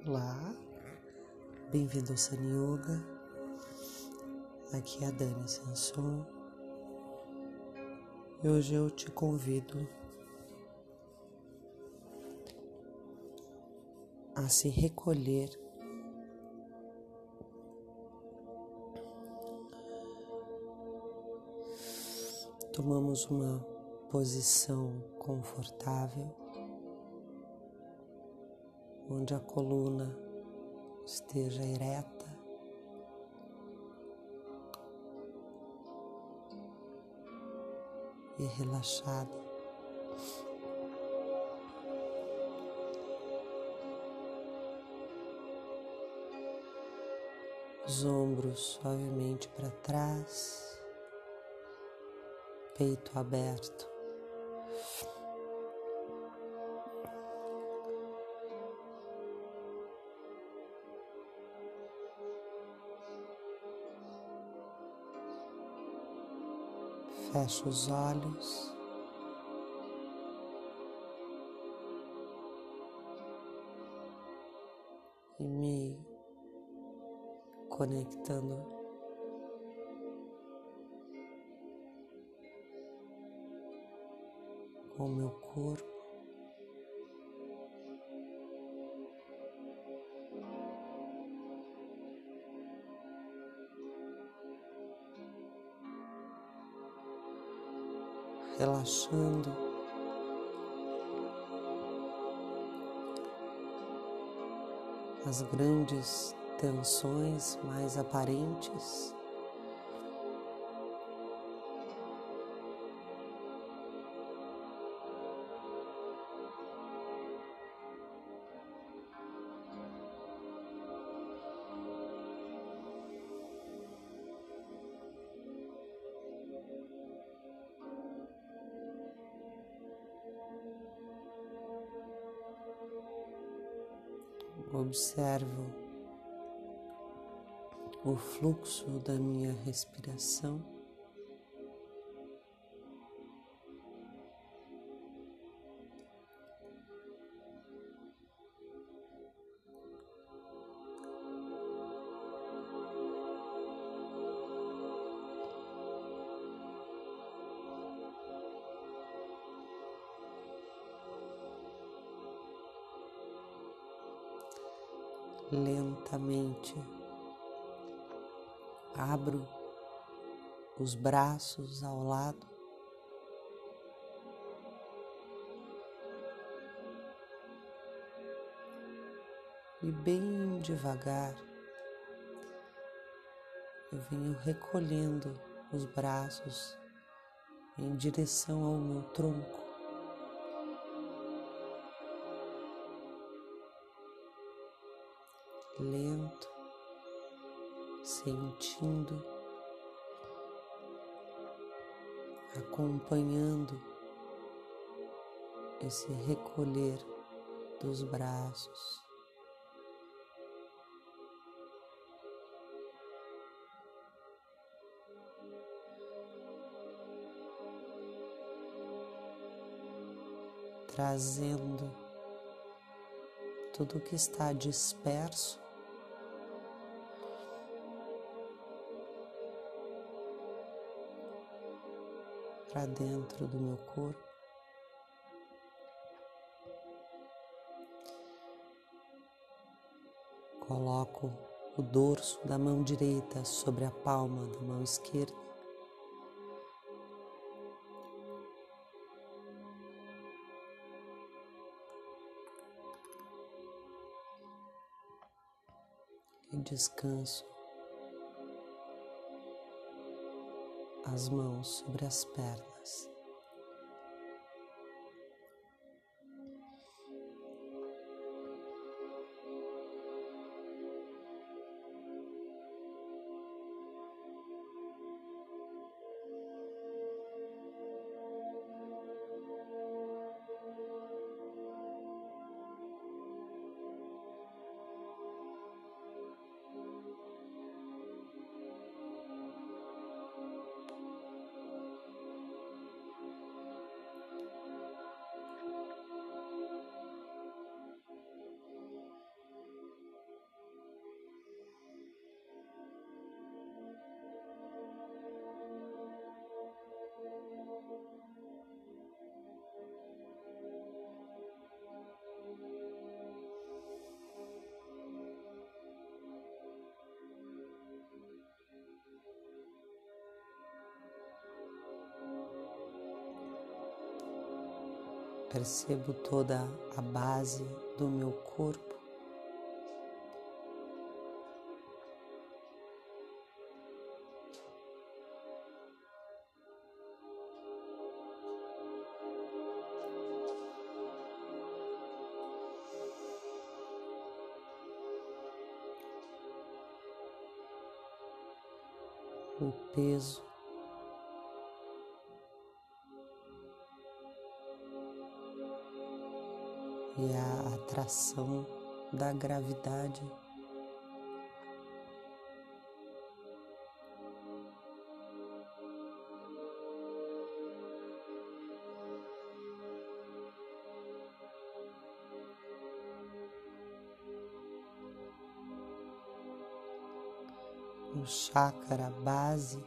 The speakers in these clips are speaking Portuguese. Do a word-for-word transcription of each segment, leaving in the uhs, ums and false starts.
Olá, bem-vindo ao Sun Yoga. Aqui é a Dani Sanson e hoje eu te convido a se recolher tomamos uma posição confortável onde a coluna esteja ereta e relaxada. Os ombros suavemente para trás, peito aberto. Fecho os olhos e me conectando com o meu corpo. Relaxando as grandes tensões mais aparentes, observo o fluxo da minha respiração. Lentamente abro os braços ao lado e bem devagar eu venho recolhendo os braços em direção ao meu tronco. Lento, sentindo, acompanhando esse recolher dos braços. Trazendo tudo que está disperso para dentro do meu corpo. Coloco o dorso da mão direita sobre a palma da mão esquerda. E descanso as mãos sobre as pernas. Percebo toda a base do meu corpo. O peso e a atração da gravidade. O chakra base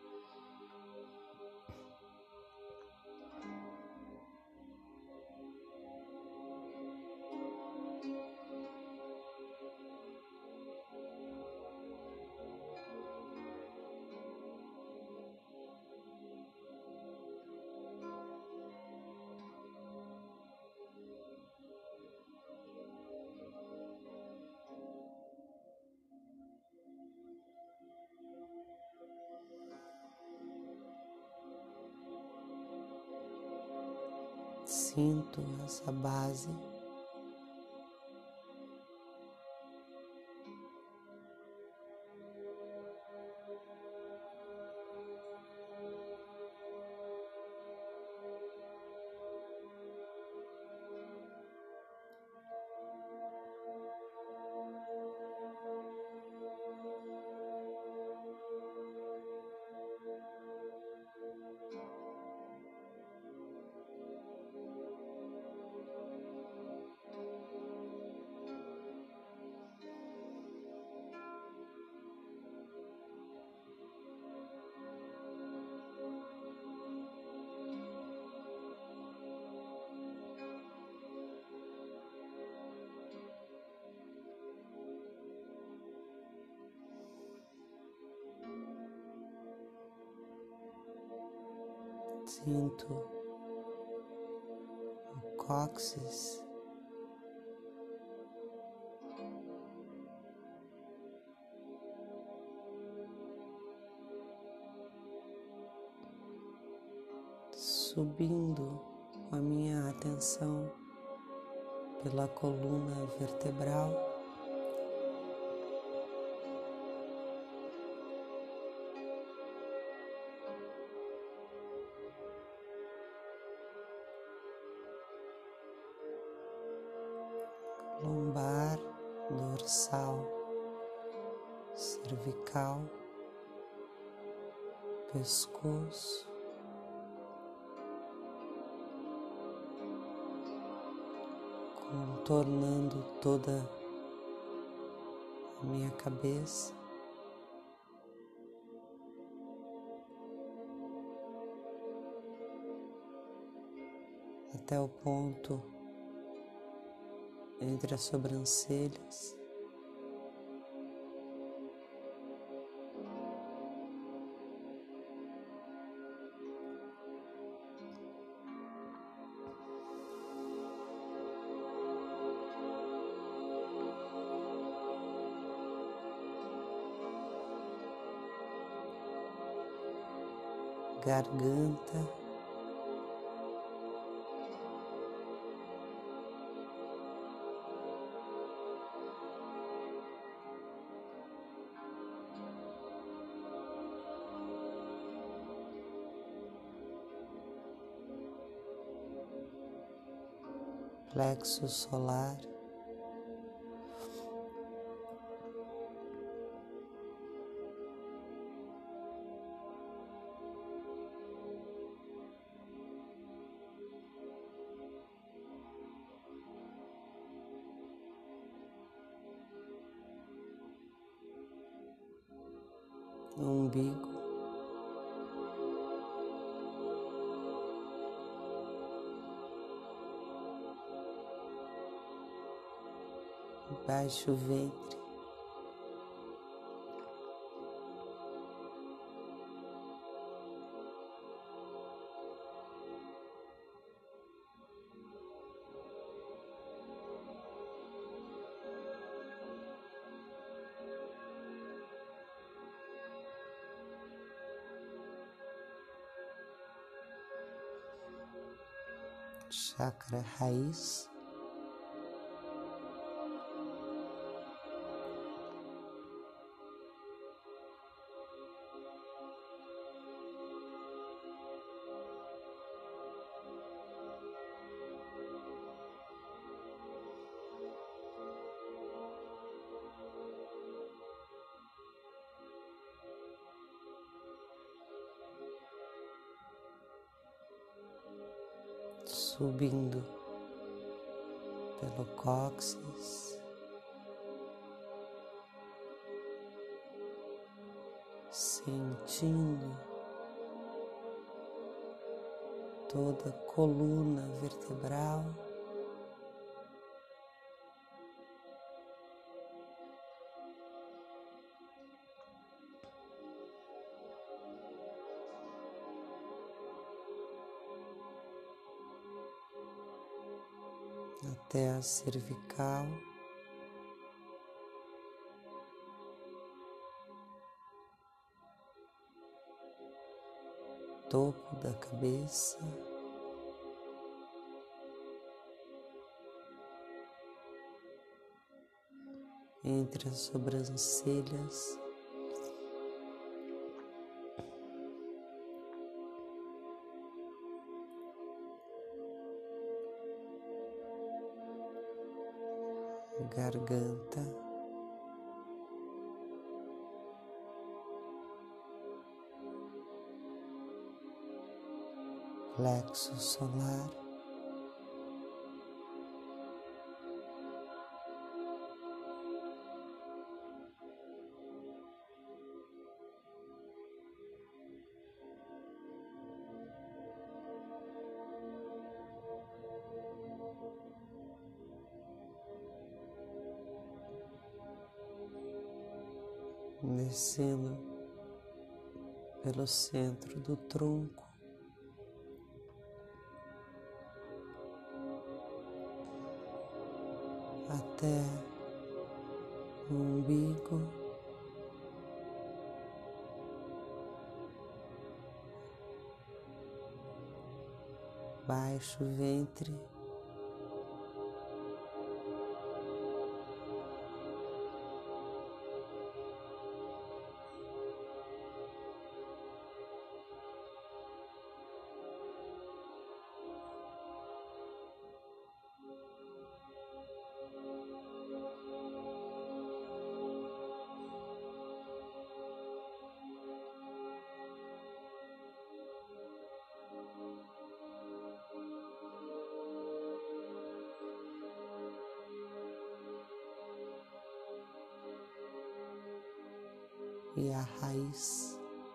sinto essa base sinto o cóccix, subindo a minha atenção pela coluna vertebral. Lombar, dorsal, cervical, pescoço, contornando toda a minha cabeça. Até o ponto entre as sobrancelhas. Garganta, plexo solar, umbigo, baixo ventre, chakra raiz, subindo pelo cóccix, sentindo toda a coluna vertebral, até a cervical, topo da cabeça, entre as sobrancelhas, garganta, plexo solar, descendo pelo centro do tronco, até o umbigo, baixo ventre, e a raiz.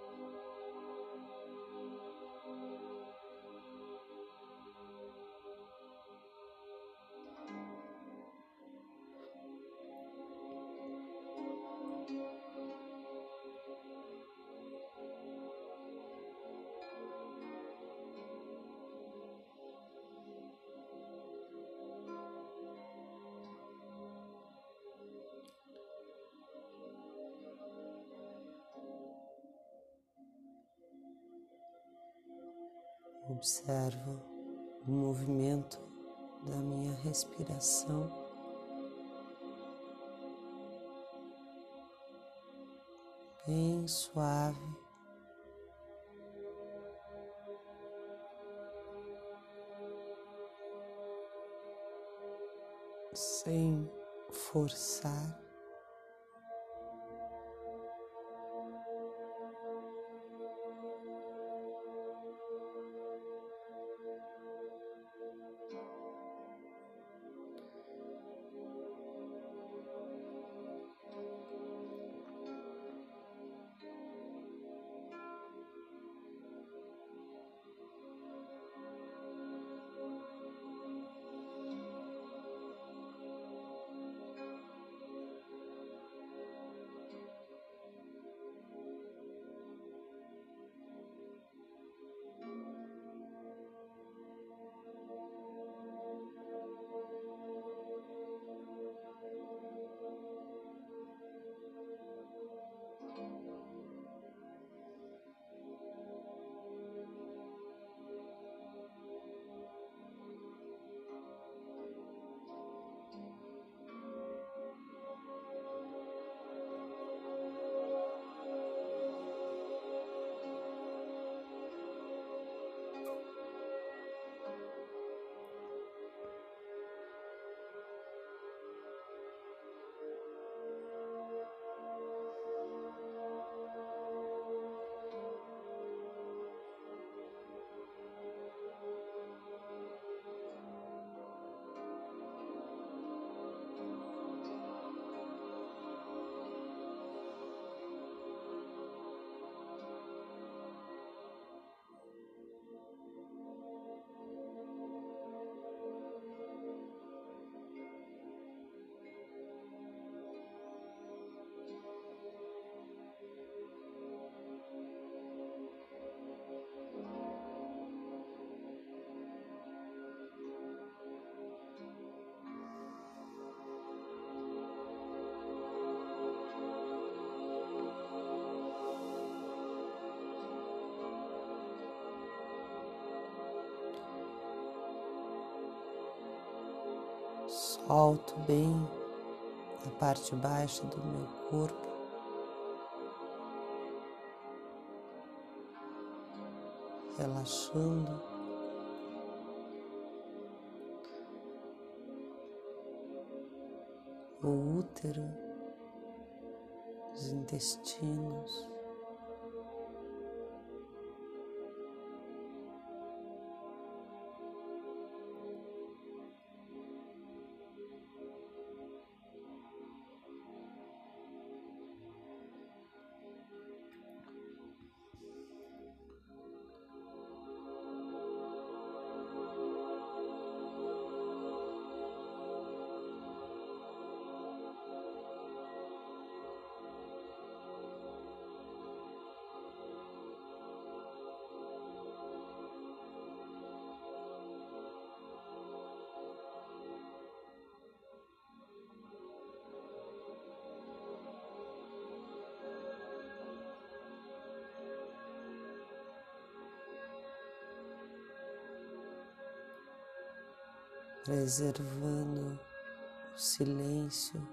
Observo o movimento da minha respiração, bem suave, sem forçar. Volto bem na parte baixa do meu corpo, relaxando, o útero, os intestinos, preservando o silêncio,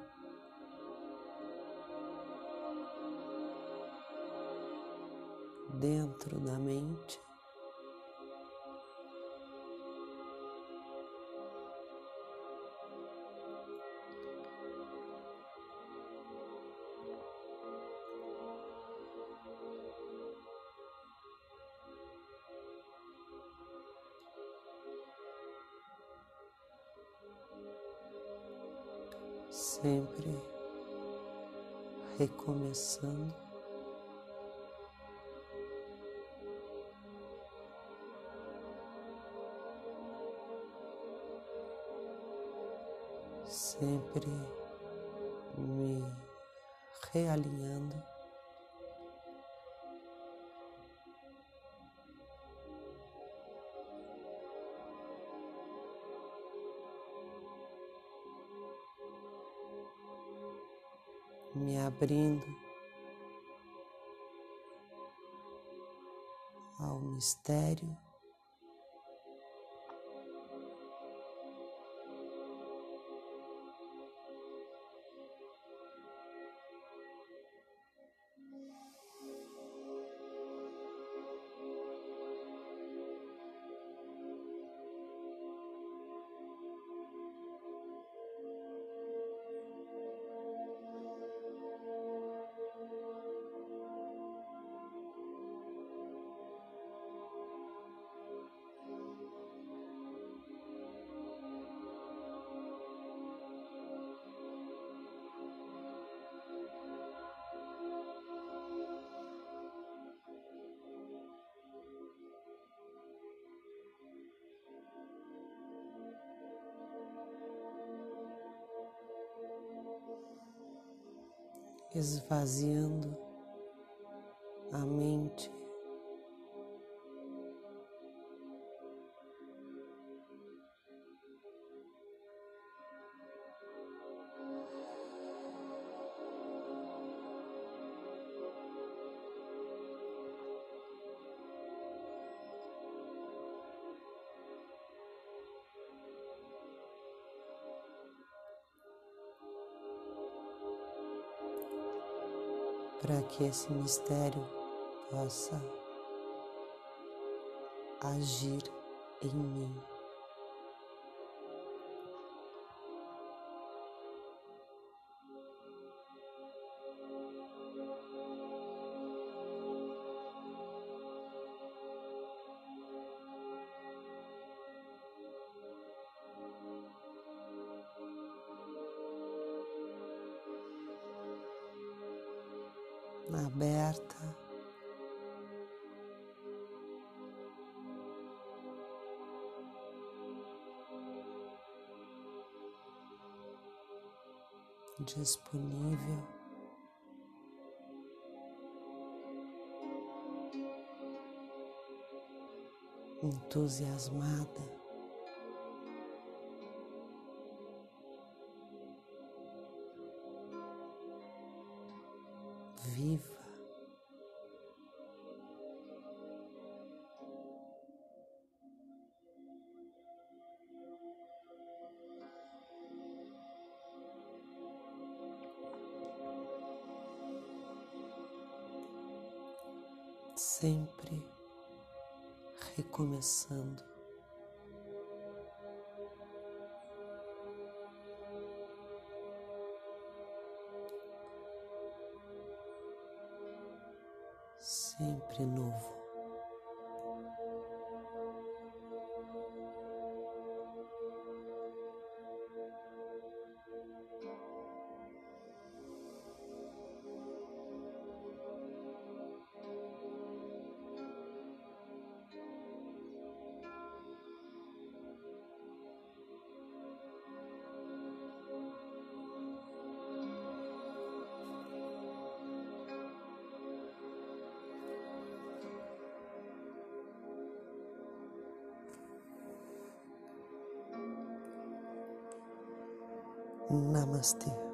dentro da mente. Sempre recomeçando, sempre me realinhando, me abrindo ao mistério, esvaziando a mente, para que esse mistério possa agir em mim. Aberta, disponível, entusiasmada, viva. sempre recomeçando. Sempre novo. Namastê.